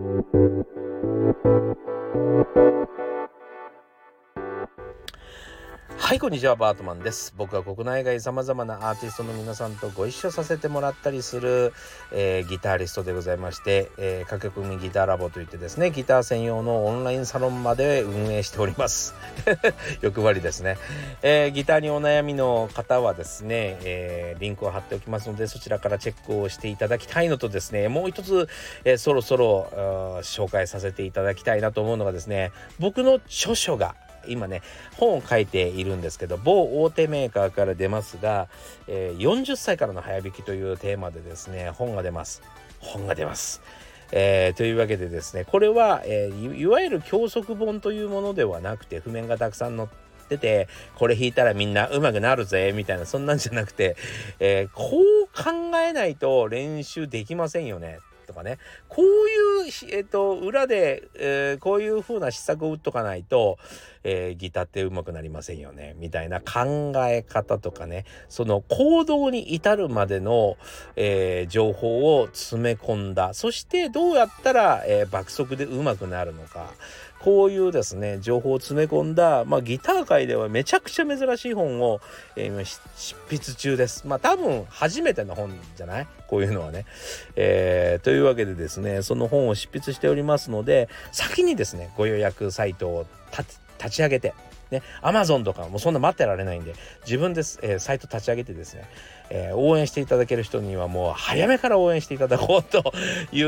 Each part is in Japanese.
はい、こんにちは、バートマンです。僕は国内外様々なアーティストの皆さんとご一緒させてもらったりする、ギタリストでございまして、駆け込みギターラボといってですね、ギター専用のオンラインサロンまで運営しております欲張りですね。ギターにお悩みの方はですね、リンクを貼っておきますので、そちらからチェックをしていただきたいのとですね、もう一つ、そろそろ紹介させていただきたいなと思うのがですね、僕の著書が今ね本を書いているんですけど、某大手メーカーから出ますが、40歳からの早弾きというテーマでですね本が出ます。というわけでですね、これは、いわゆる教則本というものではなくて、譜面がたくさん載ってて、これ弾いたらみんな上手くなるぜみたいな、そんなんじゃなくて、こう考えないと練習できませんよねとかね、こういう、裏で、こういう風な施策を打っとかないと、ギターって上手くなりませんよねみたいな考え方とかね、その行動に至るまでの、情報を詰め込んだ、そしてどうやったら、爆速で上手くなるのか、こういうですね情報を詰め込んだ、ギター界ではめちゃくちゃ珍しい本を、今執筆中です。多分初めての本じゃない？こういうのはね、というわけでですね、その本を執筆しておりますので、先にですねご予約サイトを立ち上げてね、Amazon とかもそんな待ってられないんで、自分で、サイト立ち上げてですね、応援していただける人にはもう早めから応援していただこうという、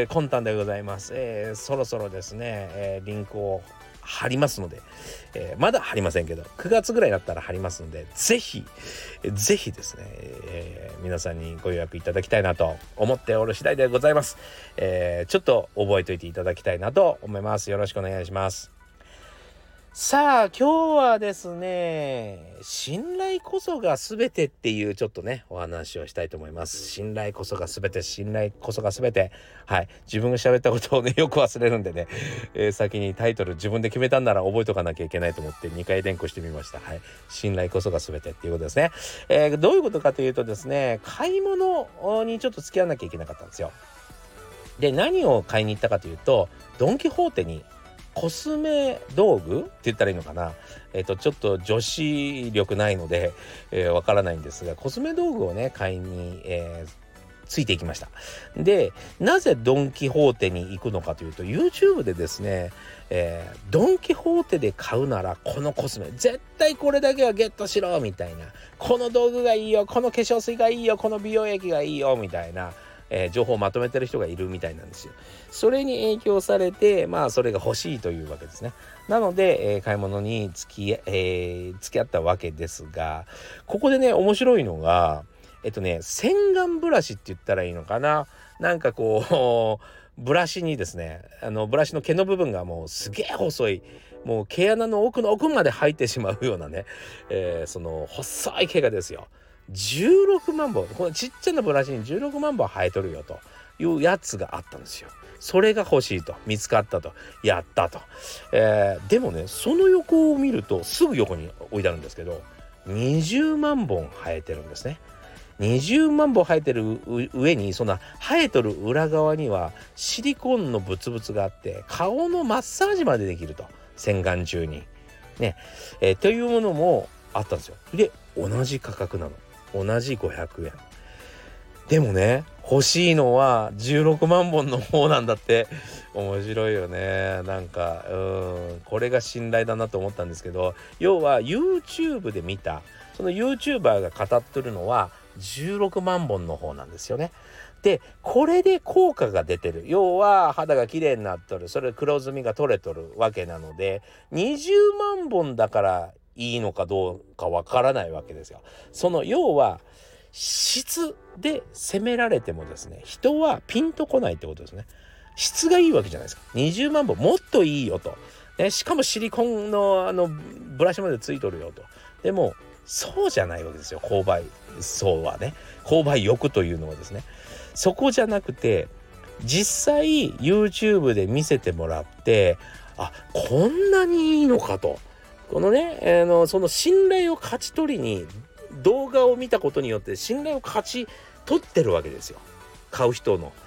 魂胆でございます。そろそろですね、リンクを貼りますので、まだ貼りませんけど9月ぐらいだったら貼りますので、ぜひですね、皆さんにご予約いただきたいなと思っておる次第でございます。ちょっと覚えておいていただきたいなと思います。よろしくお願いします。さあ、今日はですね、信頼こそが全てっていうちょっとねお話をしたいと思います。信頼こそが全て、はい、自分が喋ったことをねよく忘れるんでね、先にタイトル自分で決めたんなら覚えとかなきゃいけないと思って2回連呼してみました。はい、信頼こそが全てっていうことですね。どういうことかというとですね、買い物にちょっと付き合わなきゃいけなかったんですよ。で、何を買いに行ったかというと、ドン・キホーテにコスメ道具って言ったらいいのかな、ちょっと女子力ないのでわからないんですが、コスメ道具をね買いに、ついていきました。で、なぜドン・キホーテに行くのかというと、 YouTube でですね、ドン・キホーテで買うならこのコスメ絶対これだけはゲットしろみたいな、この道具がいいよ、この化粧水がいいよ、この美容液がいいよみたいな、情報をまとめてる人がいるみたいなんですよ。それに影響されて、それが欲しいというわけですね。なので、買い物に付き合ったわけですが、ここでね面白いのが、洗顔ブラシって言ったらいいのかな、なんかこうブラシにですね、ブラシの毛の部分がもうすげえ細い、もう毛穴の奥の奥まで入ってしまうようなね、その細い毛がですよ、16万本、このちっちゃなブラシに16万本生えとるよというやつがあったんですよ。それが欲しいと、見つかったと、やったと、でもね、その横を見るとすぐ横に置いてあるんですけど、20万本生えてるんですね。20万本生えてる上に、そんな生えとる裏側にはシリコンのブツブツがあって、顔のマッサージまでできると、洗顔中にね、というものもあったんですよ。で、同じ価格なの、同じ500円でもね、欲しいのは16万本の方なんだって。面白いよね。なんかこれが信頼だなと思ったんですけど、要は YouTube で見たその YouTuber が語ってるのは16万本の方なんですよね。で、これで効果が出てる、要は肌が綺麗になっとる、それ黒ずみが取れとるわけなので、20万本だからいいのかどうかわからないわけですよ。その要は質で攻められてもですね、人はピンとこないってことですね。質がいいわけじゃないですか。20万本もっといいよと、ね、しかもシリコンのブラシまでついとるよと。でもそうじゃないわけですよ。購買層はね、購買欲というのはですね、そこじゃなくて、実際 YouTube で見せてもらって、あ、こんなにいいのかと、このね、その信頼を勝ち取りに、動画を見たことによって信頼を勝ち取ってるわけですよ、買う人の。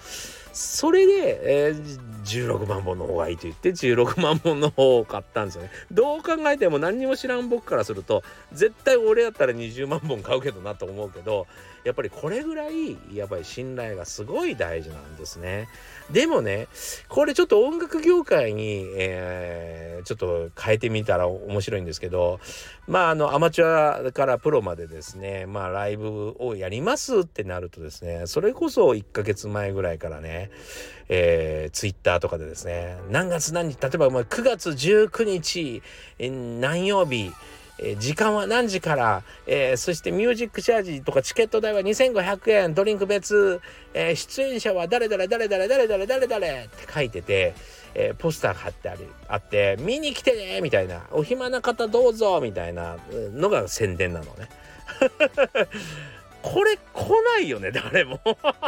それで、16万本の方がいいと言って16万本の方を買ったんですよね。どう考えても何にも知らん僕からすると絶対俺だったら20万本買うけどなと思うけど、やっぱりこれぐらいやっぱり信頼がすごい大事なんですね。でもね、これちょっと音楽業界に、ちょっと変えてみたら面白いんですけど、アマチュアからプロまでですね、ライブをやりますってなるとですね、それこそ1ヶ月前ぐらいからね、ツイッターとかでですね、何月何日、例えば9月19日、何曜日、時間は何時から、そしてミュージックチャージとかチケット代は2500円、ドリンク別、出演者は誰々誰々誰々誰々って書いてて、ポスターが貼ってあって見に来てねみたいな、お暇な方どうぞみたいなのが宣伝なのね。これ来ないよね、誰も。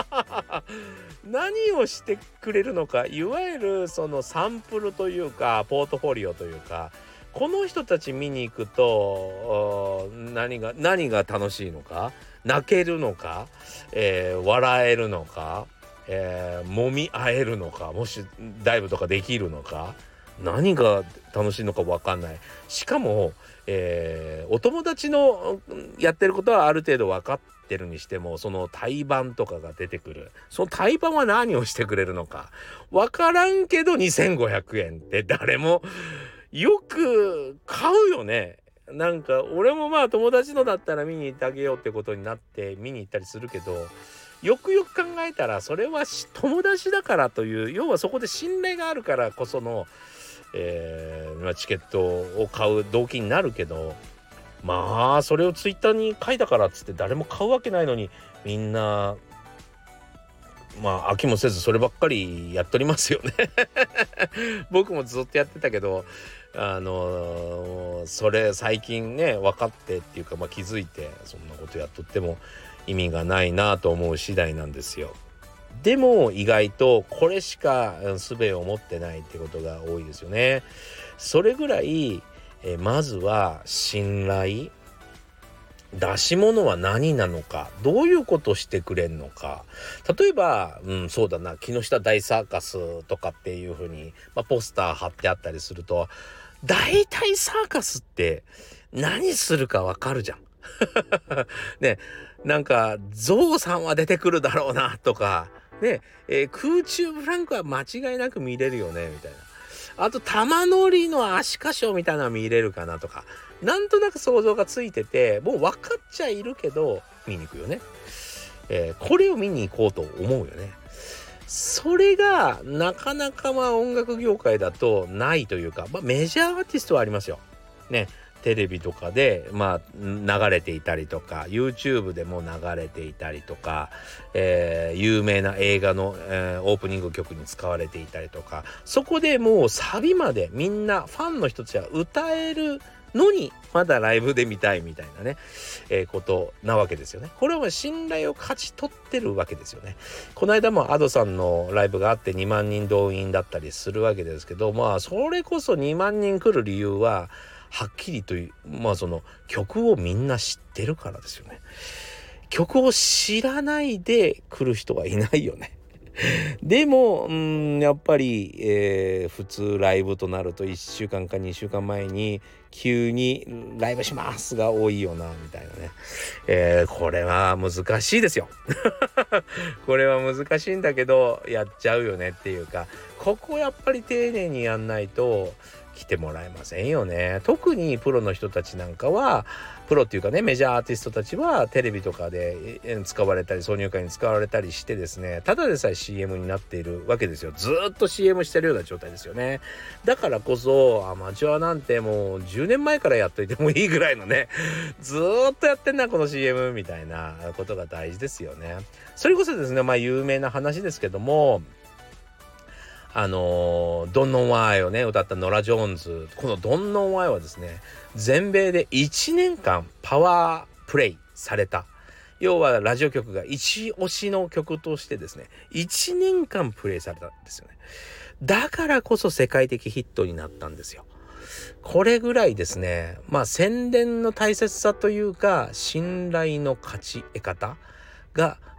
何をしてくれるのか、いわゆるそのサンプルというかポートフォリオというか、この人たち見に行くと何が楽しいのか、泣けるのか、笑えるのか、揉み合えるのか、もしダイブとかできるのか、何が楽しいのか分かんない。しかも、お友達のやってることはある程度分かってるにしても、その対バンとかが出てくる、その対バンは何をしてくれるのか分からんけど2500円って誰もよく買うよね。なんか俺も友達のだったら見に行ってあげようってことになって見に行ったりするけど、よくよく考えたらそれは友達だからという、要はそこで信頼があるからこその、チケットを買う動機になるけど、それをツイッターに書いたからっつって誰も買うわけないのに、みんな飽きもせずそればっかりやっておりますよね。僕もずっとやってたけど、それ最近ね分かってっていうか、気づいてそんなことやっとっても意味がないなと思う次第なんですよ。でも意外とこれしか術を持ってないってことが多いですよね。それぐらい、まずは信頼、出し物は何なのか、どういうことしてくれんのか。例えば、そうだな、木下大サーカスとかっていう風に、ポスター貼ってあったりすると、大体サーカスって何するかわかるじゃん。ね、なんかゾウさんは出てくるだろうなとかね、空中ブランコは間違いなく見れるよねみたいな、あと玉乗りのアシカショーみたいなの見れるかなとか、なんとなく想像がついてて、もう分かっちゃいるけど見に行くよね。これを見に行こうと思うよね。それがなかなか音楽業界だとないというか、メジャーアーティストはありますよね。テレビとかで流れていたりとか、 YouTube でも流れていたりとか、有名な映画の、オープニング曲に使われていたりとか、そこでもうサビまでみんなファンの人たちは歌えるのにまだライブで見たいみたいなね、ことなわけですよね。これは信頼を勝ち取ってるわけですよね。この間も Ado さんのライブがあって2万人動員だったりするわけですけど、それこそ2万人来る理由ははっきりとその曲をみんな知ってるからですよね。曲を知らないで来る人はいないよね。でもやっぱり、普通ライブとなると1週間か2週間前に急にライブしますが多いよなみたいなね、これは難しいですよ。これは難しいんだけどやっちゃうよねっていうか、ここやっぱり丁寧にやんないと来てもらえませんよね。特にプロの人たちなんかは、プロっていうかね、メジャーアーティストたちはテレビとかで使われたり挿入歌に使われたりしてですね、ただでさえ CM になっているわけですよ。ずっと CM してるような状態ですよね。だからこそアマチュアなんてもう10年前からやっといてもいいぐらいのね、ずっとやってんなこの CM みたいなことが大事ですよね。それこそですね、有名な話ですけども、ドンノンワイをね歌ったノラ・ジョーンズ、このドンノンワイはですね、全米で1年間パワープレイされた、要はラジオ局が一押しの曲としてですね1年間プレイされたんですよね。だからこそ世界的ヒットになったんですよ。これぐらいですね、宣伝の大切さというか信頼の勝ち得方が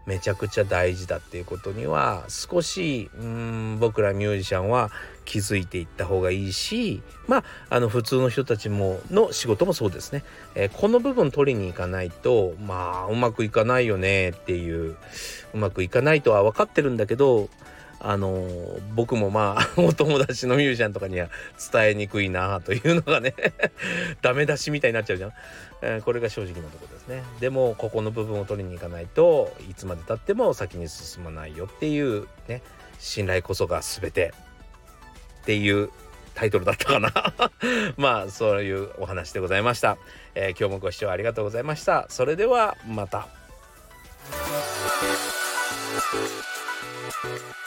めちゃくちゃ大事だっていうことには少し僕らミュージシャンは気づいていった方がいいし、普通の人たちもの仕事もそうですね、この部分取りに行かないとうまくいかないよねっていう、うまくいかないとは分かってるんだけど僕もお友達のミュージシャンとかには伝えにくいなというのがねダメ出しみたいになっちゃうじゃん、これが正直なところですね。でもここの部分を取りに行かないといつまで経っても先に進まないよっていうね、信頼こそが全てっていうタイトルだったかなそういうお話でございました。今日もご視聴ありがとうございました。それではまた。